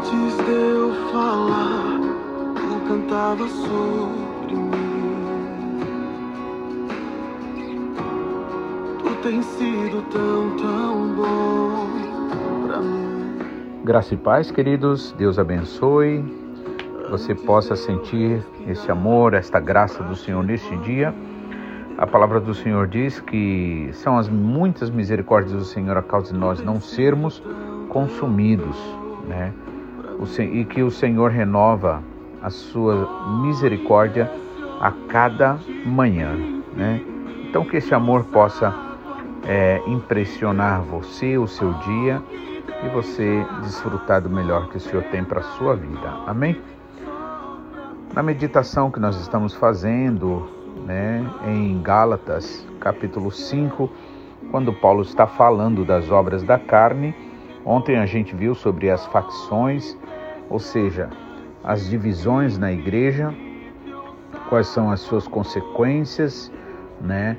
Antes de eu falar, tu cantava sobre mim. Tu tens sido tão bom pra mim. Graça e paz, queridos. Deus abençoe. Você possa sentir esse amor, esta graça do Senhor neste dia. A palavra do Senhor diz que são as muitas misericórdias do Senhor a causa de nós não sermos consumidos, né? E que o Senhor renova a sua misericórdia a cada manhã, né? Então que esse amor possa impressionar você, o seu dia, e você desfrutar do melhor que o Senhor tem para a sua vida. Amém? Na meditação que nós estamos fazendo, né, em Gálatas, capítulo 5, quando Paulo está falando das obras da carne, ontem a gente viu sobre as facções, ou seja, as divisões na igreja, quais são as suas consequências, né,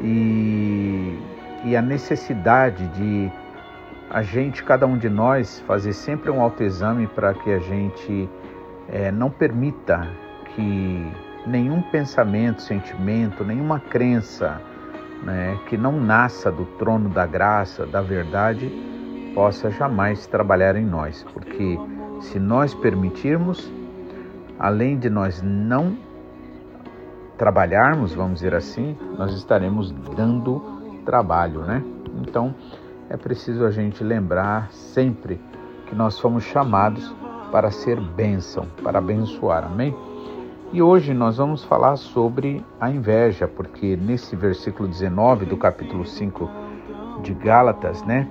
e a necessidade de a gente, cada um de nós, fazer sempre um autoexame para que a gente não permita que nenhum pensamento, sentimento, nenhuma crença, né, que não nasça do trono da graça, da verdade, possa jamais trabalhar em nós. Porque se nós permitirmos, além de nós não trabalharmos, vamos dizer assim, nós estaremos dando trabalho, né? Então, é preciso a gente lembrar sempre que nós fomos chamados para ser bênção, para abençoar, amém? E hoje nós vamos falar sobre a inveja, porque nesse versículo 19 do capítulo 5 de Gálatas, né?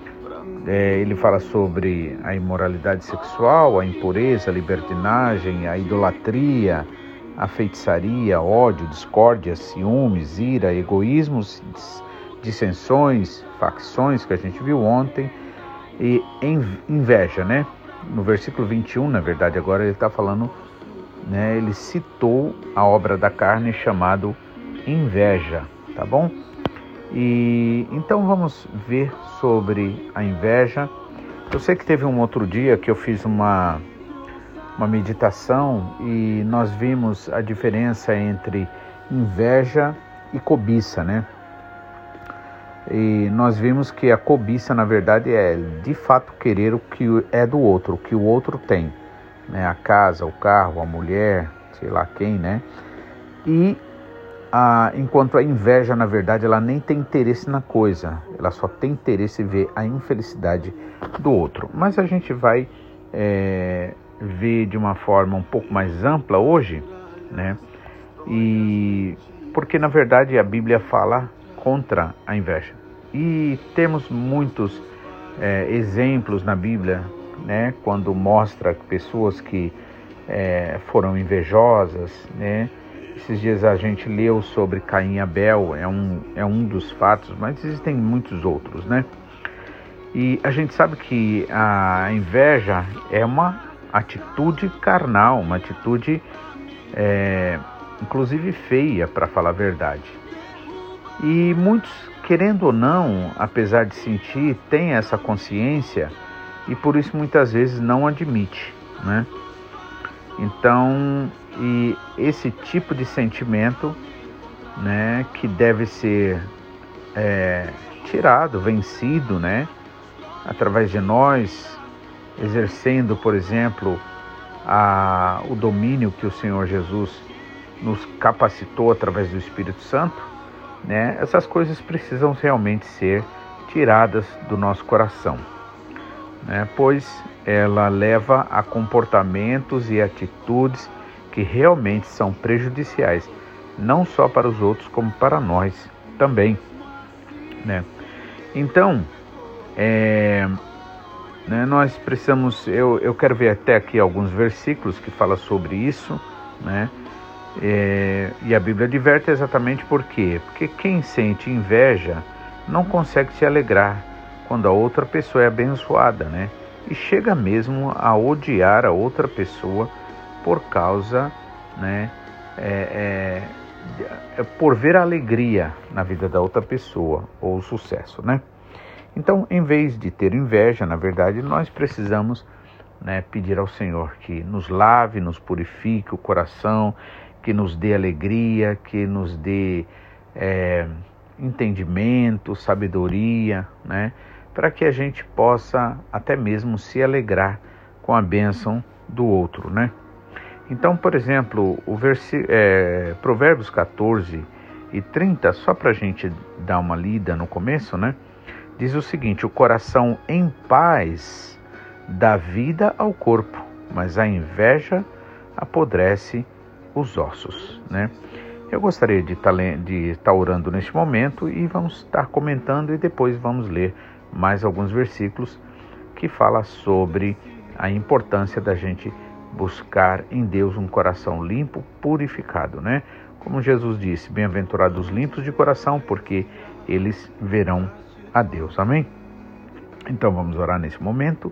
Ele fala sobre a imoralidade sexual, a impureza, a libertinagem, a idolatria, a feitiçaria, ódio, discórdia, ciúmes, ira, egoísmos, dissensões, facções, que a gente viu ontem, e inveja, né? No versículo 21, na verdade, agora ele está falando, né? Ele citou a obra da carne chamado inveja, tá bom? E então vamos ver sobre a inveja. Eu sei que teve um outro dia que eu fiz uma meditação e nós vimos a diferença entre inveja e cobiça, né? E nós vimos que a cobiça, na verdade, é de fato querer o que é do outro, o que o outro tem, né? A casa, o carro, a mulher, sei lá quem, né? E enquanto a inveja, na verdade, ela nem tem interesse na coisa, ela só tem interesse em ver a infelicidade do outro. Mas a gente vai ver de uma forma um pouco mais ampla hoje, né? E porque, na verdade, a Bíblia fala contra a inveja. E temos muitos exemplos na Bíblia, né? Quando mostra pessoas que foram invejosas, né? Esses dias a gente leu sobre Caim e Abel, é um dos fatos, mas existem muitos outros, né? E a gente sabe que a inveja é uma atitude carnal, uma atitude inclusive feia, para falar a verdade. E muitos, querendo ou não, apesar de sentir, têm essa consciência e por isso muitas vezes não admite, né? Então, e esse tipo de sentimento, né, que deve ser tirado, vencido, né, através de nós, exercendo, por exemplo, o domínio que o Senhor Jesus nos capacitou através do Espírito Santo, né, essas coisas precisam realmente ser tiradas do nosso coração, né, pois ela leva a comportamentos e atitudes que realmente são prejudiciais, não só para os outros, como para nós também, né? Então, né, nós precisamos, eu quero ver até aqui alguns versículos que falam sobre isso, né? E a Bíblia adverte exatamente por quê? Porque quem sente inveja não consegue se alegrar quando a outra pessoa é abençoada, né? E chega mesmo a odiar a outra pessoa por causa, né, por ver a alegria na vida da outra pessoa ou o sucesso, né? Então, em vez de ter inveja, na verdade, nós precisamos né, pedir ao Senhor que nos lave, nos purifique o coração, que nos dê alegria, que nos dê entendimento, sabedoria, né, para que a gente possa até mesmo se alegrar com a bênção do outro, né? Então, por exemplo, o Provérbios 14 e 30, só para a gente dar uma lida no começo, né? Diz o seguinte: o coração em paz dá vida ao corpo, mas a inveja apodrece os ossos, né? Eu gostaria de estar orando neste momento e vamos estar comentando e depois vamos ler mais alguns versículos que falam sobre a importância da gente buscar em Deus um coração limpo, purificado, né? Como Jesus disse, bem-aventurados os limpos de coração, porque eles verão a Deus. Amém? Então vamos orar nesse momento.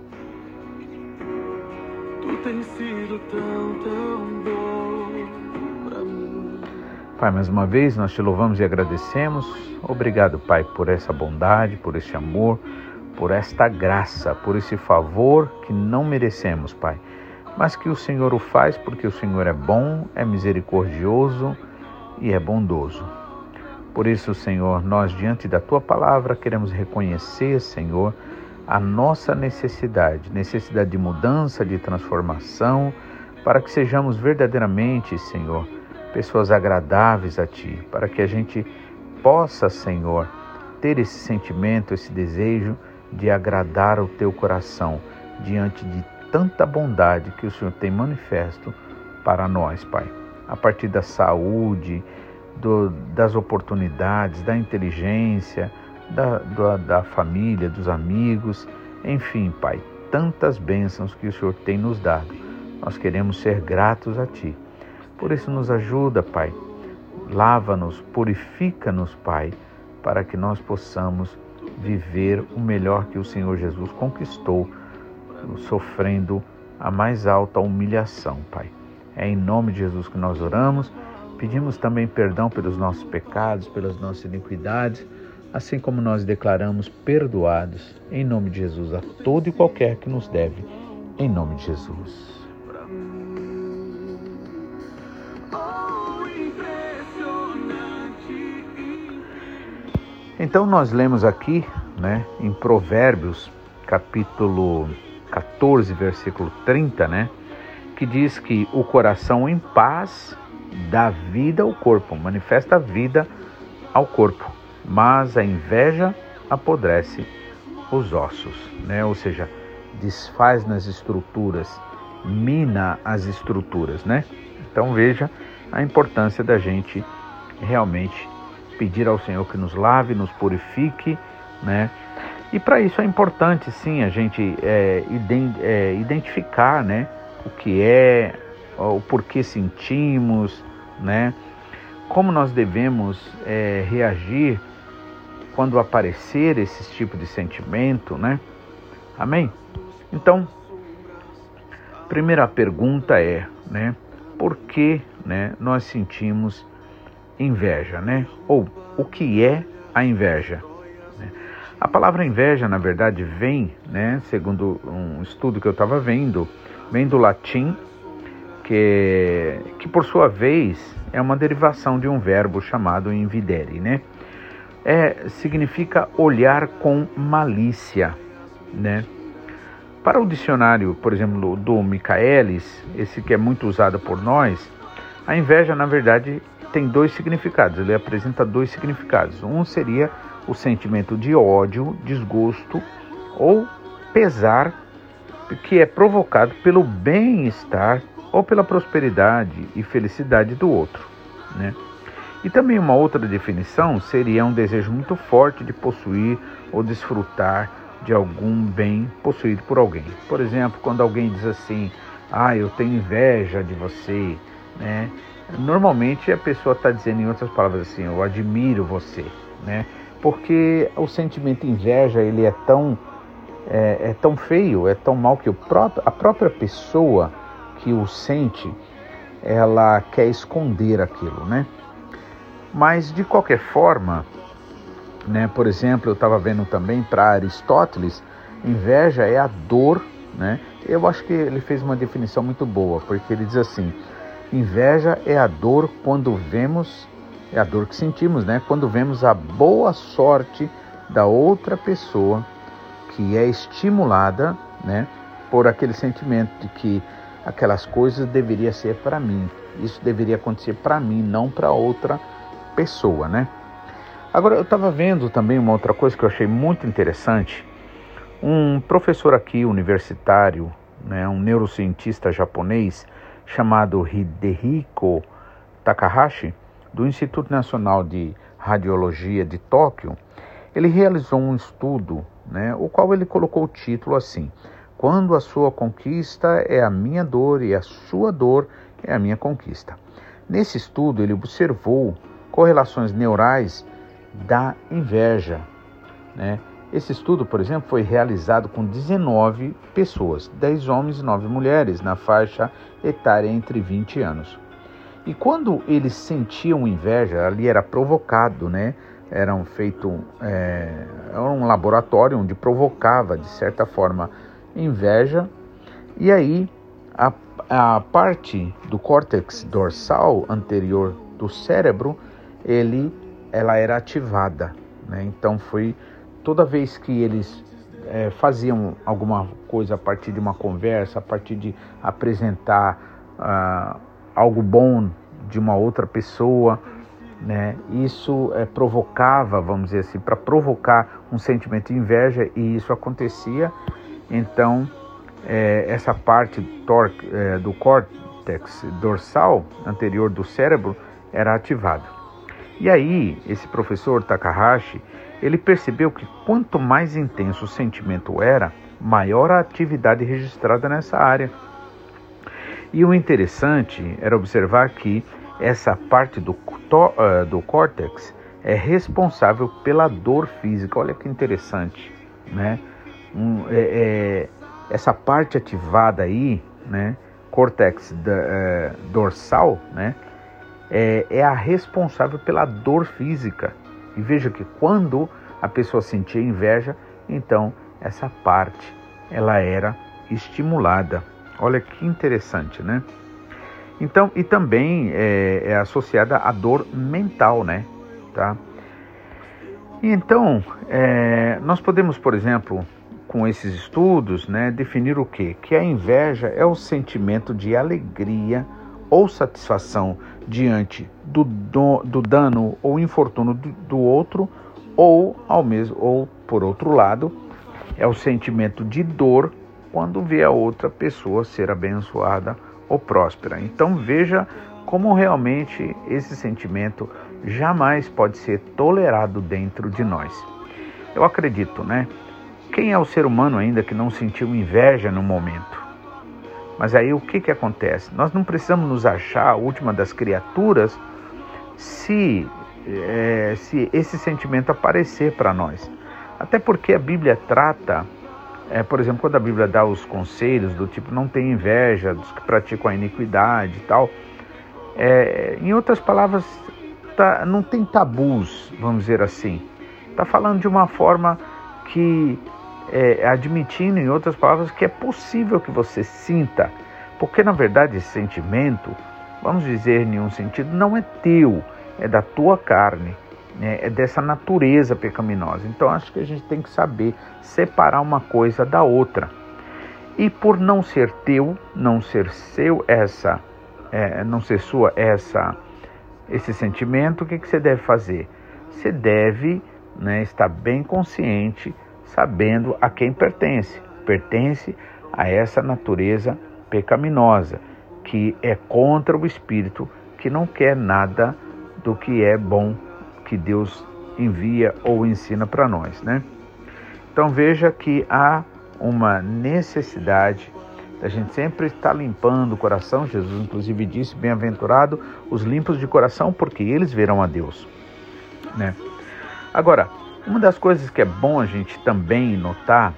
Tu tens sido tão bom pra mim. Pai, mais uma vez nós te louvamos e agradecemos. Obrigado, Pai, por essa bondade, por esse amor, por esta graça, por esse favor que não merecemos, Pai, mas que o Senhor o faz porque o Senhor é bom, é misericordioso e é bondoso. Por isso, Senhor, nós diante da Tua palavra queremos reconhecer, Senhor, a nossa necessidade de mudança, de transformação, para que sejamos verdadeiramente, Senhor, pessoas agradáveis a Ti, para que a gente possa, Senhor, ter esse sentimento, esse desejo de agradar o Teu coração diante de tanta bondade que o Senhor tem manifesto para nós, Pai. A partir da saúde, das oportunidades, da inteligência, da família, dos amigos, enfim, Pai, tantas bênçãos que o Senhor tem nos dado. Nós queremos ser gratos a Ti. Por isso nos ajuda, Pai. Lava-nos, purifica-nos, Pai, para que nós possamos viver o melhor que o Senhor Jesus conquistou, sofrendo a mais alta humilhação, Pai. É em nome de Jesus que nós oramos. Pedimos também perdão pelos nossos pecados, pelas nossas iniquidades, assim como nós declaramos perdoados, em nome de Jesus, a todo e qualquer que nos deve, em nome de Jesus. Então nós lemos aqui, né, em Provérbios, capítulo 14, versículo 30, né, que diz que o coração em paz dá vida ao corpo, manifesta vida ao corpo, mas a inveja apodrece os ossos, né, ou seja, desfaz nas estruturas, mina as estruturas, né? Então veja a importância da gente realmente pedir ao Senhor que nos lave, nos purifique, né? E para isso é importante, sim, a gente identificar, né, o que é, o porquê sentimos, né? Como nós devemos reagir quando aparecer esse tipo de sentimento, né? Amém? Então, primeira pergunta é, né, por que, né, nós sentimos inveja, né? Ou o que é a inveja? A palavra inveja, na verdade, vem, né, segundo um estudo que eu estava vendo, vem do latim, que por sua vez é uma derivação de um verbo chamado invidere, né? Significa olhar com malícia, né? Para o dicionário, por exemplo, do Michaelis, esse que é muito usado por nós, a inveja, na verdade, tem dois significados, ele apresenta dois significados. Um seria o sentimento de ódio, desgosto ou pesar que é provocado pelo bem-estar ou pela prosperidade e felicidade do outro, né? E também uma outra definição seria um desejo muito forte de possuir ou desfrutar de algum bem possuído por alguém. Por exemplo, quando alguém diz assim, eu tenho inveja de você, né? Normalmente a pessoa está dizendo, em outras palavras, assim, eu admiro você, né? Porque o sentimento inveja, ele é tão feio, é tão mal que a própria pessoa que o sente, ela quer esconder aquilo, né? Mas, de qualquer forma, né, por exemplo, eu estava vendo também para Aristóteles, inveja é a dor né? Eu acho que ele fez uma definição muito boa, porque ele diz assim: inveja é a dor quando vemos, é a dor que sentimos, né? Quando vemos a boa sorte da outra pessoa, que é estimulada, né, por aquele sentimento de que aquelas coisas deveriam ser para mim. Isso deveria acontecer para mim, não para outra pessoa, né? Agora, eu estava vendo também uma outra coisa que eu achei muito interessante. Um professor aqui, universitário, né, um neurocientista japonês, chamado Hidehiko Takahashi, do Instituto Nacional de Radiologia de Tóquio, ele realizou um estudo, né, o qual ele colocou o título assim: Quando a sua conquista é a minha dor e a sua dor é a minha conquista. Nesse estudo, ele observou correlações neurais da inveja, né? Esse estudo, por exemplo, foi realizado com 19 pessoas, 10 homens e 9 mulheres, na faixa etária entre 20 anos. E quando eles sentiam inveja, ali era provocado, né? Era um laboratório onde provocava, de certa forma, inveja. E aí, a parte do córtex dorsal anterior do cérebro, ela era ativada, né? Então, foi toda vez que eles faziam alguma coisa a partir de uma conversa, a partir de apresentar algo bom de uma outra pessoa, né? Isso provocava, vamos dizer assim, para provocar um sentimento de inveja, e isso acontecia. Então, essa parte do córtex dorsal anterior do cérebro era ativada. E aí, esse professor Takahashi, ele percebeu que quanto mais intenso o sentimento era, maior a atividade registrada nessa área. E o interessante era observar que essa parte do córtex é responsável pela dor física. Olha que interessante, né? Essa parte ativada aí, né, córtex dorsal, né, é a responsável pela dor física. E veja que quando a pessoa sentia inveja, então essa parte ela era estimulada. Olha que interessante, né? Então, e também é associada à dor mental, né? Tá? E então, nós podemos, por exemplo, com esses estudos, né, definir o quê? Que a inveja é o sentimento de alegria ou satisfação diante do dano ou infortúnio do outro, ou por outro lado, é o sentimento de dor quando vê a outra pessoa ser abençoada ou próspera. Então veja como realmente esse sentimento jamais pode ser tolerado dentro de nós. Eu acredito, né? Quem é o ser humano ainda que não sentiu inveja no momento? Mas aí o que acontece? Nós não precisamos nos achar a última das criaturas se esse sentimento aparecer para nós. Até porque a Bíblia trata, por exemplo, quando a Bíblia dá os conselhos do tipo não tem inveja dos que praticam a iniquidade e tal, em outras palavras, não tem tabus, vamos dizer assim. Está falando de uma forma que admitindo, em outras palavras, que é possível que você sinta, porque na verdade esse sentimento, vamos dizer em um sentido, não é teu, é da tua carne, né? É dessa natureza pecaminosa. Então acho que a gente tem que saber separar uma coisa da outra. E por não ser teu, não ser seu não ser sua esse sentimento, o que você deve fazer? Você deve, né, estar bem consciente, sabendo a quem pertence. Pertence a essa natureza pecaminosa, que é contra o Espírito, que não quer nada do que é bom, que Deus envia ou ensina para nós, né? Então veja que há uma necessidade da gente sempre estar limpando o coração. Jesus inclusive disse: bem-aventurado os limpos de coração, porque eles verão a Deus, né? Agora, uma das coisas que é bom a gente também notar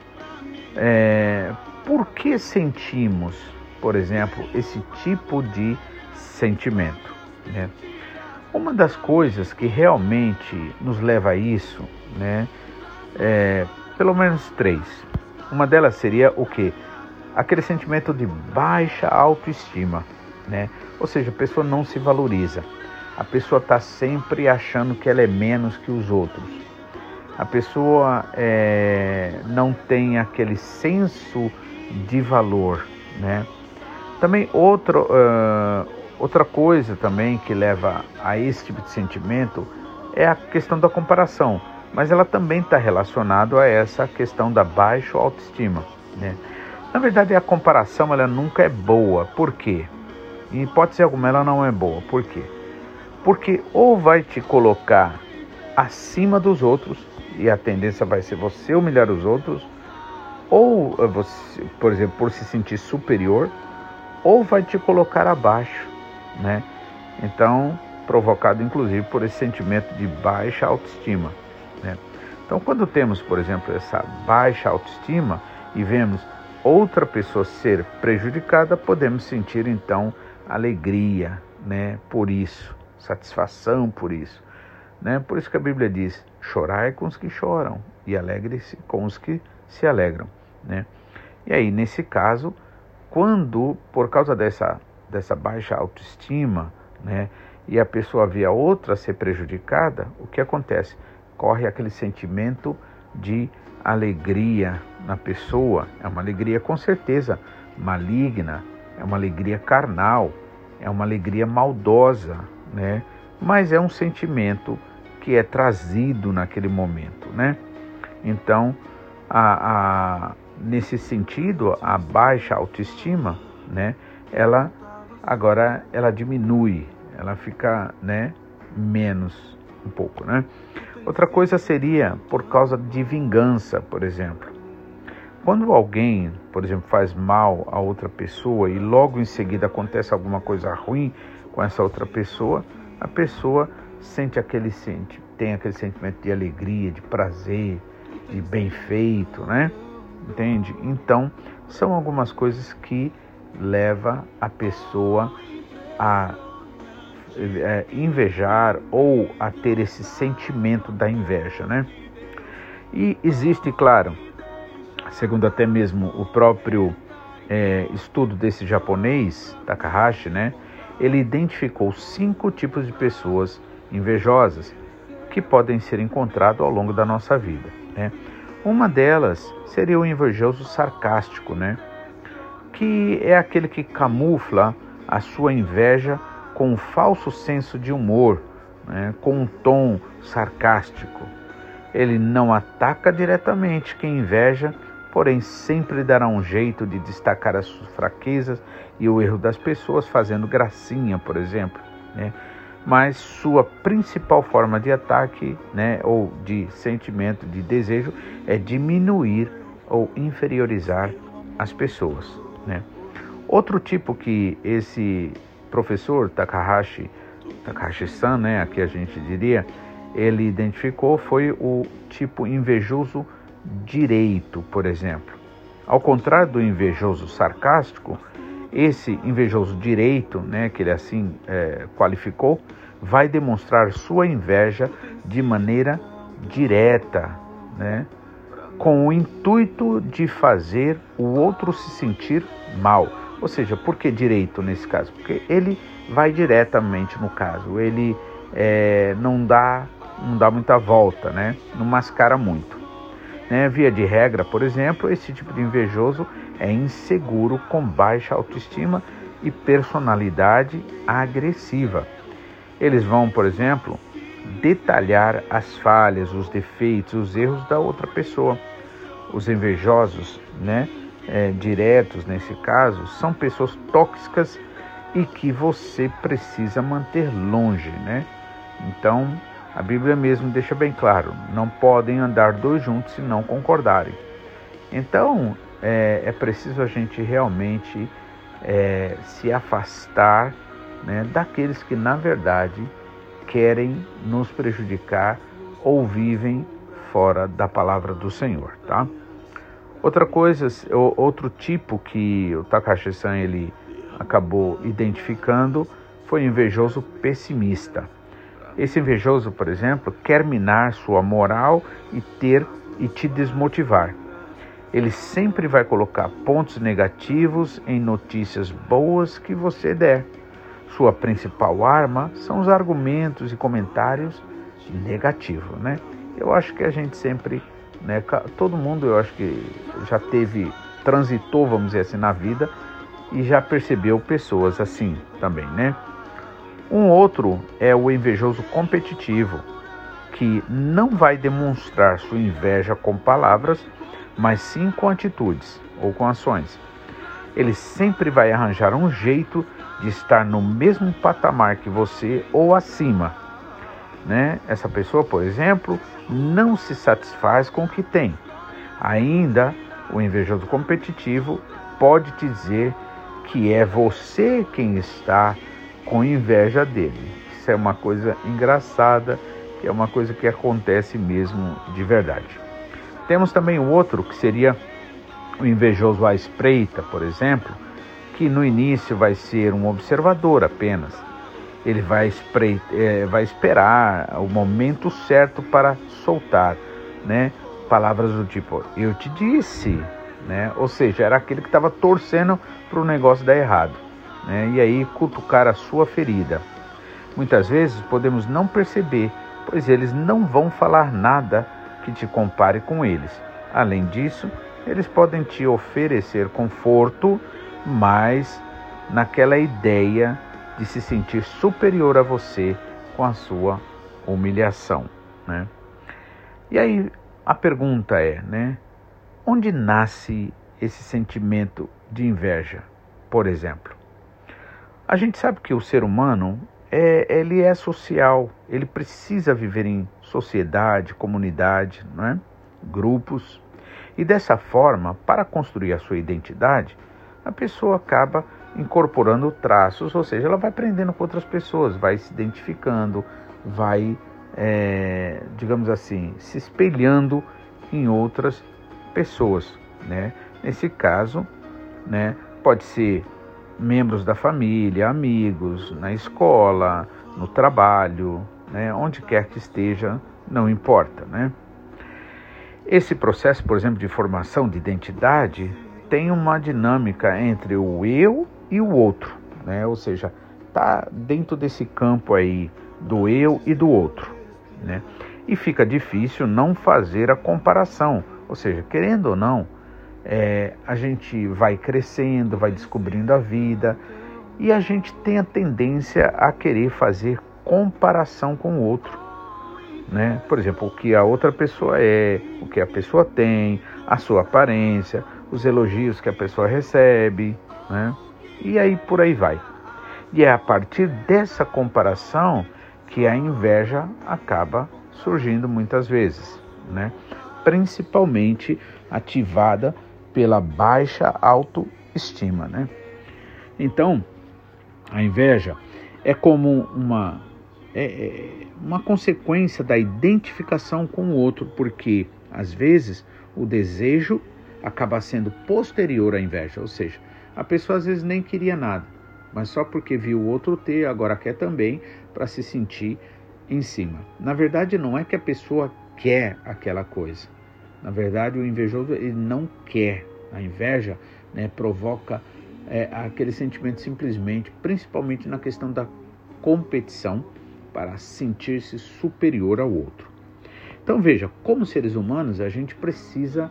por que sentimos, por exemplo, esse tipo de sentimento, né? Uma das coisas que realmente nos leva a isso, né, pelo menos 3. Uma delas seria o quê? aquele sentimento de baixa autoestima, né? Ou seja, a pessoa não se valoriza. A pessoa está sempre achando que ela é menos que os outros. A pessoa não tem aquele senso de valor, né? Também outra coisa também que leva a esse tipo de sentimento é a questão da comparação, mas ela também está relacionada a essa questão da baixa autoestima, né? Na verdade, a comparação ela nunca é boa. Por quê? Em hipótese alguma, ela não é boa. Por quê? Porque ou vai te colocar acima dos outros, e a tendência vai ser você humilhar os outros, ou você, por exemplo, por se sentir superior, ou vai te colocar abaixo, né? Então, provocado inclusive por esse sentimento de baixa autoestima, né? Então, quando temos, por exemplo, essa baixa autoestima e vemos outra pessoa ser prejudicada, podemos sentir então alegria, né? Por isso, satisfação por isso, né? Por isso que a Bíblia diz: chorai com os que choram e alegre-se com os que se alegram, né? E aí, nesse caso, quando, por causa dessa baixa autoestima, né, e a pessoa vê a outra ser prejudicada, o que acontece? Corre aquele sentimento de alegria na pessoa. É uma alegria com certeza maligna, é uma alegria carnal, é uma alegria maldosa, né? Mas é um sentimento que é trazido naquele momento, né? Então, nesse sentido, a baixa autoestima, né, ela diminui, ela fica, né, menos um pouco, né? Outra coisa seria por causa de vingança, por exemplo. Quando alguém, por exemplo, faz mal a outra pessoa e logo em seguida acontece alguma coisa ruim com essa outra pessoa, a pessoa tem aquele sentimento de alegria, de prazer, de bem feito, né? Entende? Então, são algumas coisas que levam a pessoa a invejar ou a ter esse sentimento da inveja, né? E existe, claro, segundo até mesmo o próprio estudo desse japonês, Takahashi, né? Ele identificou 5 tipos de pessoas invejosas que podem ser encontrados ao longo da nossa vida, né? Uma delas seria o invejoso sarcástico, né? Que é aquele que camufla a sua inveja com um falso senso de humor, né? Com um tom sarcástico. Ele não ataca diretamente quem inveja, porém sempre dará um jeito de destacar as suas fraquezas e o erro das pessoas, fazendo gracinha, por exemplo, né? Mas sua principal forma de ataque, né, ou de sentimento, de desejo, é diminuir ou inferiorizar as pessoas, né? Outro tipo que esse professor Takahashi-san, né, aqui a gente diria, ele identificou foi o tipo invejoso direito, por exemplo. Ao contrário do invejoso sarcástico, esse invejoso direito, né, que ele assim qualificou, vai demonstrar sua inveja de maneira direta, né, com o intuito de fazer o outro se sentir mal. Ou seja, por que direito nesse caso? Porque ele vai diretamente no caso, ele não dá muita volta, né, não mascara muito. Via de regra, por exemplo, esse tipo de invejoso é inseguro, com baixa autoestima e personalidade agressiva. Eles vão, por exemplo, detalhar as falhas, os defeitos, os erros da outra pessoa. Os invejosos, né, diretos nesse caso, são pessoas tóxicas e que você precisa manter longe, né? Então, a Bíblia mesmo deixa bem claro, não podem andar dois juntos se não concordarem. Então, é preciso a gente realmente se afastar, né, daqueles que, na verdade, querem nos prejudicar ou vivem fora da palavra do Senhor, tá? Outro tipo que o Takahashi-san ele acabou identificando foi o invejoso pessimista. Esse invejoso, por exemplo, quer minar sua moral e te desmotivar. Ele sempre vai colocar pontos negativos em notícias boas que você der. Sua principal arma são os argumentos e comentários negativos, né? Eu acho que a gente sempre, né, todo mundo, eu acho que já transitou, vamos dizer assim, na vida e já percebeu pessoas assim também, né? Um outro é o invejoso competitivo, que não vai demonstrar sua inveja com palavras, mas sim com atitudes ou com ações. Ele sempre vai arranjar um jeito de estar no mesmo patamar que você ou acima, né? Essa pessoa, por exemplo, não se satisfaz com o que tem. Ainda, o invejoso competitivo pode te dizer que é você quem está com inveja dele. Isso é uma coisa engraçada, que é uma coisa que acontece mesmo de verdade. Temos também o outro, que seria o invejoso à espreita, por exemplo, que no início vai ser um observador apenas. Ele vai esperar o momento certo para soltar, né? Palavras do tipo, eu te disse, né? Ou seja, era aquele que estava torcendo para o negócio dar errado, né? E aí cutucar a sua ferida. Muitas vezes podemos não perceber, pois eles não vão falar nada que te compare com eles. Além disso, eles podem te oferecer conforto, mas naquela ideia de se sentir superior a você com a sua humilhação, né? E aí a pergunta é, né? Onde nasce esse sentimento de inveja, por exemplo? A gente sabe que o ser humano ele é social, ele precisa viver em sociedade, comunidade, né? Grupos. E dessa forma, para construir a sua identidade, a pessoa acaba incorporando traços, ou seja, ela vai aprendendo com outras pessoas, vai se identificando, vai, digamos assim, se espelhando em outras pessoas, né? Nesse caso, né, pode ser membros da família, amigos, na escola, no trabalho, né, onde quer que esteja, não importa, né? Esse processo, por exemplo, de formação de identidade tem uma dinâmica entre o eu e o outro, né? Ou seja, está dentro desse campo aí do eu e do outro, né? E fica difícil não fazer a comparação, ou seja, querendo ou não, a gente vai crescendo, vai descobrindo a vida e a gente tem a tendência a querer fazer comparação com o outro, né? Por exemplo, o que a outra pessoa é, o que a pessoa tem, a sua aparência, os elogios que a pessoa recebe, né? E aí por aí vai. E é a partir dessa comparação que a inveja acaba surgindo muitas vezes, né? Principalmente ativada pela baixa autoestima, né? Então, a inveja é como uma consequência da identificação com o outro, porque, às vezes, o desejo acaba sendo posterior à inveja, ou seja, a pessoa às vezes nem queria nada, mas só porque viu o outro ter, agora quer também, para se sentir em cima. Na verdade, não é que a pessoa quer aquela coisa. Na verdade, o invejoso ele não quer. A inveja, né, provoca aquele sentimento simplesmente, principalmente na questão da competição, para sentir-se superior ao outro. Então veja, como seres humanos, a gente precisa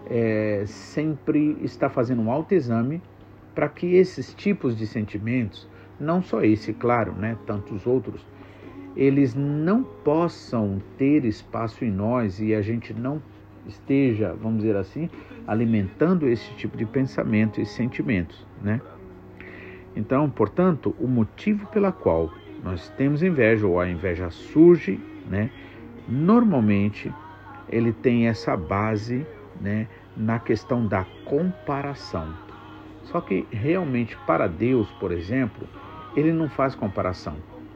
sempre estar fazendo um autoexame para que esses tipos de sentimentos, não só esse, claro, né, tantos outros, eles não possam ter espaço em nós e a gente não esteja, vamos dizer assim, alimentando esse tipo de pensamento e sentimentos, né? Então, portanto, o motivo pela qual nós temos inveja ou a inveja surge, né? Normalmente, ele tem essa base, né, na questão da comparação. Só que realmente para Deus, por exemplo, ele não faz comparação.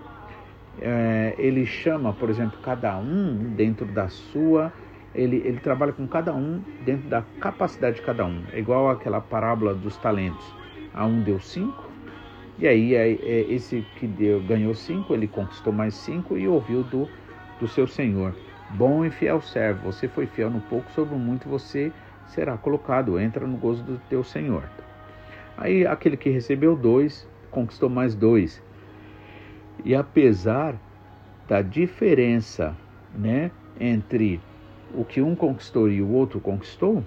Ele chama, por exemplo, cada um dentro da sua... Ele trabalha com cada um dentro da capacidade de cada um. É igual aquela parábola dos talentos. A um deu 5, e aí esse que ganhou 5, ele conquistou mais 5 e ouviu do seu senhor. Bom e fiel servo, você foi fiel no pouco, sobre o muito você será colocado, entra no gozo do teu Senhor. Aí aquele que recebeu 2, conquistou mais 2. E apesar da diferença, né, entre o que um conquistou e o outro conquistou,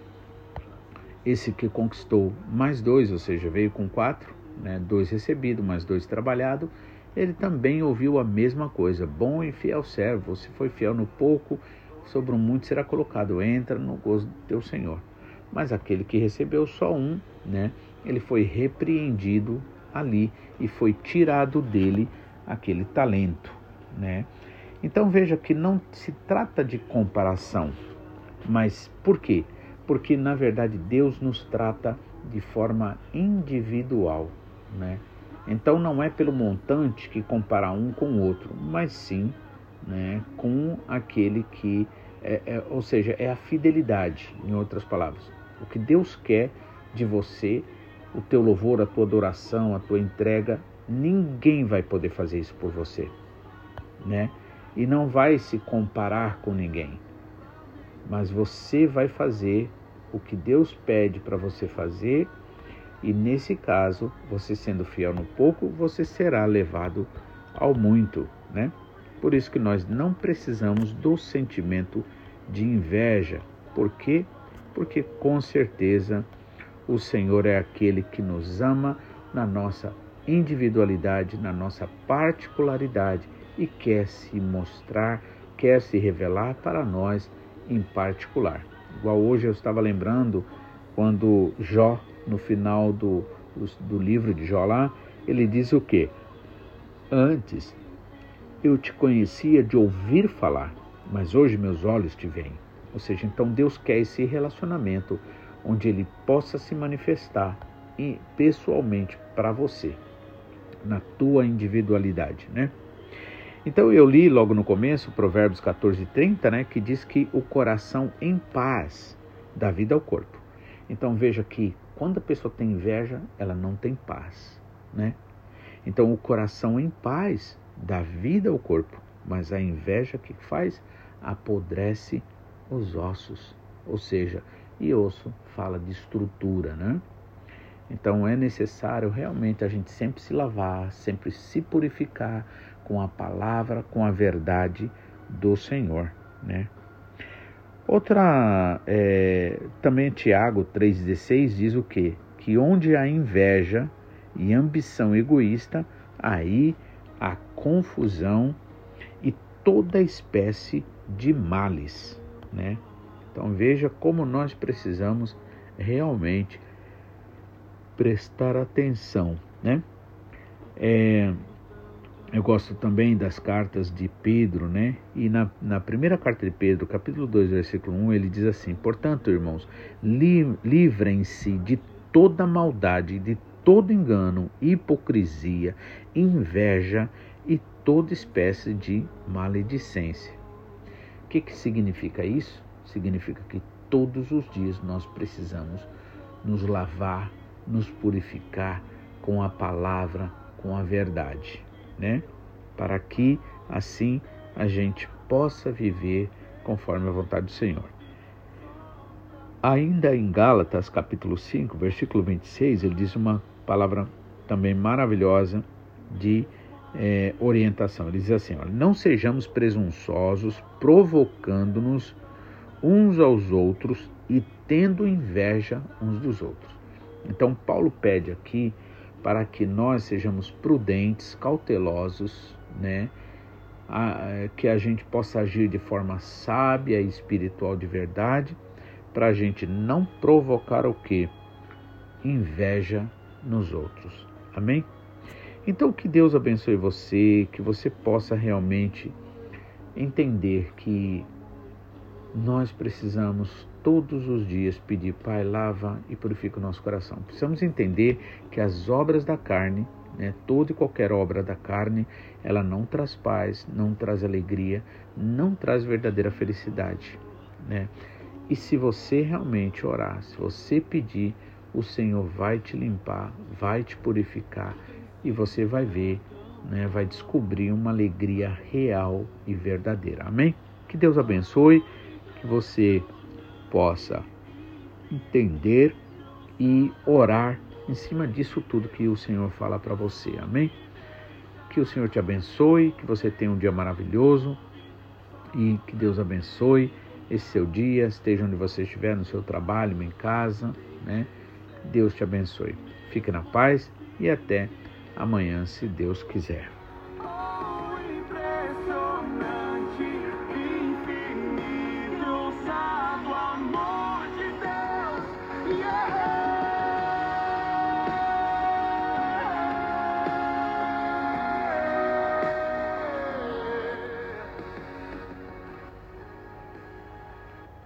esse que conquistou mais 2, ou seja, veio com 4, né, 2 recebido, mais 2 trabalhado, ele também ouviu a mesma coisa. Bom e fiel servo, você foi fiel no pouco, sobre o muito será colocado, entra no gozo do teu Senhor. Mas aquele que recebeu só 1, né, ele foi repreendido ali e foi tirado dele aquele talento, né? Então veja que não se trata de comparação, mas por quê? Porque na verdade Deus nos trata de forma individual, né? Então não é pelo montante que compara um com o outro, mas sim, né, com aquele que, ou seja, é a fidelidade, em outras palavras. O que Deus quer de você, o teu louvor, a tua adoração, a tua entrega, ninguém vai poder fazer isso por você, né? E não vai se comparar com ninguém, mas você vai fazer o que Deus pede para você fazer, e nesse caso, você sendo fiel no pouco, você será levado ao muito, né? Por isso que nós não precisamos do sentimento de inveja. Por quê? Porque com certeza o Senhor é aquele que nos ama na nossa individualidade, na nossa particularidade, e quer se mostrar, quer se revelar para nós em particular. Igual hoje eu estava lembrando quando Jó, no final do livro de Jó lá, ele diz o quê? Antes eu te conhecia de ouvir falar, mas hoje meus olhos te veem. Ou seja, então Deus quer esse relacionamento onde Ele possa se manifestar pessoalmente para você, na tua individualidade, né? Então eu li logo no começo, Provérbios 14:30, né, que diz que o coração em paz dá vida ao corpo. Então veja que quando a pessoa tem inveja, ela não tem paz, né? Então o coração em paz dá vida ao corpo, mas a inveja que faz? Apodrece os ossos, ou seja, e osso fala de estrutura, né? Então é necessário realmente a gente sempre se lavar, sempre se purificar com a palavra, com a verdade do Senhor, né? Outra, também Tiago 3,16 diz o quê? Que onde há inveja e ambição egoísta, aí há confusão e toda espécie de males, né? Então veja como nós precisamos realmente prestar atenção, né? Eu gosto também das cartas de Pedro, né? E na primeira carta de Pedro, capítulo 2, versículo 1, ele diz assim: portanto, irmãos, livrem-se de toda maldade, de todo engano, hipocrisia, inveja e toda espécie de maledicência. O que significa isso? Significa que todos os dias nós precisamos nos lavar, nos purificar com a palavra, com a verdade, né? Para que assim a gente possa viver conforme a vontade do Senhor. Ainda em Gálatas, capítulo 5, versículo 26, ele diz uma palavra também maravilhosa de orientação. Ele diz assim: olha, não sejamos presunçosos, provocando-nos uns aos outros e tendo inveja uns dos outros. Então Paulo pede aqui para que nós sejamos prudentes, cautelosos, né? Que a gente possa agir de forma sábia e espiritual de verdade, para a gente não provocar o quê? Inveja nos outros. Amém? Então que Deus abençoe você, que você possa realmente entender que nós precisamos todos os dias pedir: Pai, lava e purifica o nosso coração. Precisamos entender que as obras da carne, né, toda e qualquer obra da carne, ela não traz paz, não traz alegria, não traz verdadeira felicidade, né? E se você realmente orar, se você pedir, o Senhor vai te limpar, vai te purificar, e você vai ver, né, vai descobrir uma alegria real e verdadeira. Amém? Que Deus abençoe, que você possa entender e orar em cima disso tudo que o Senhor fala para você. Amém? Que o Senhor te abençoe, que você tenha um dia maravilhoso e que Deus abençoe esse seu dia, esteja onde você estiver, no seu trabalho, em casa, né? Deus te abençoe. Fique na paz e até amanhã, se Deus quiser.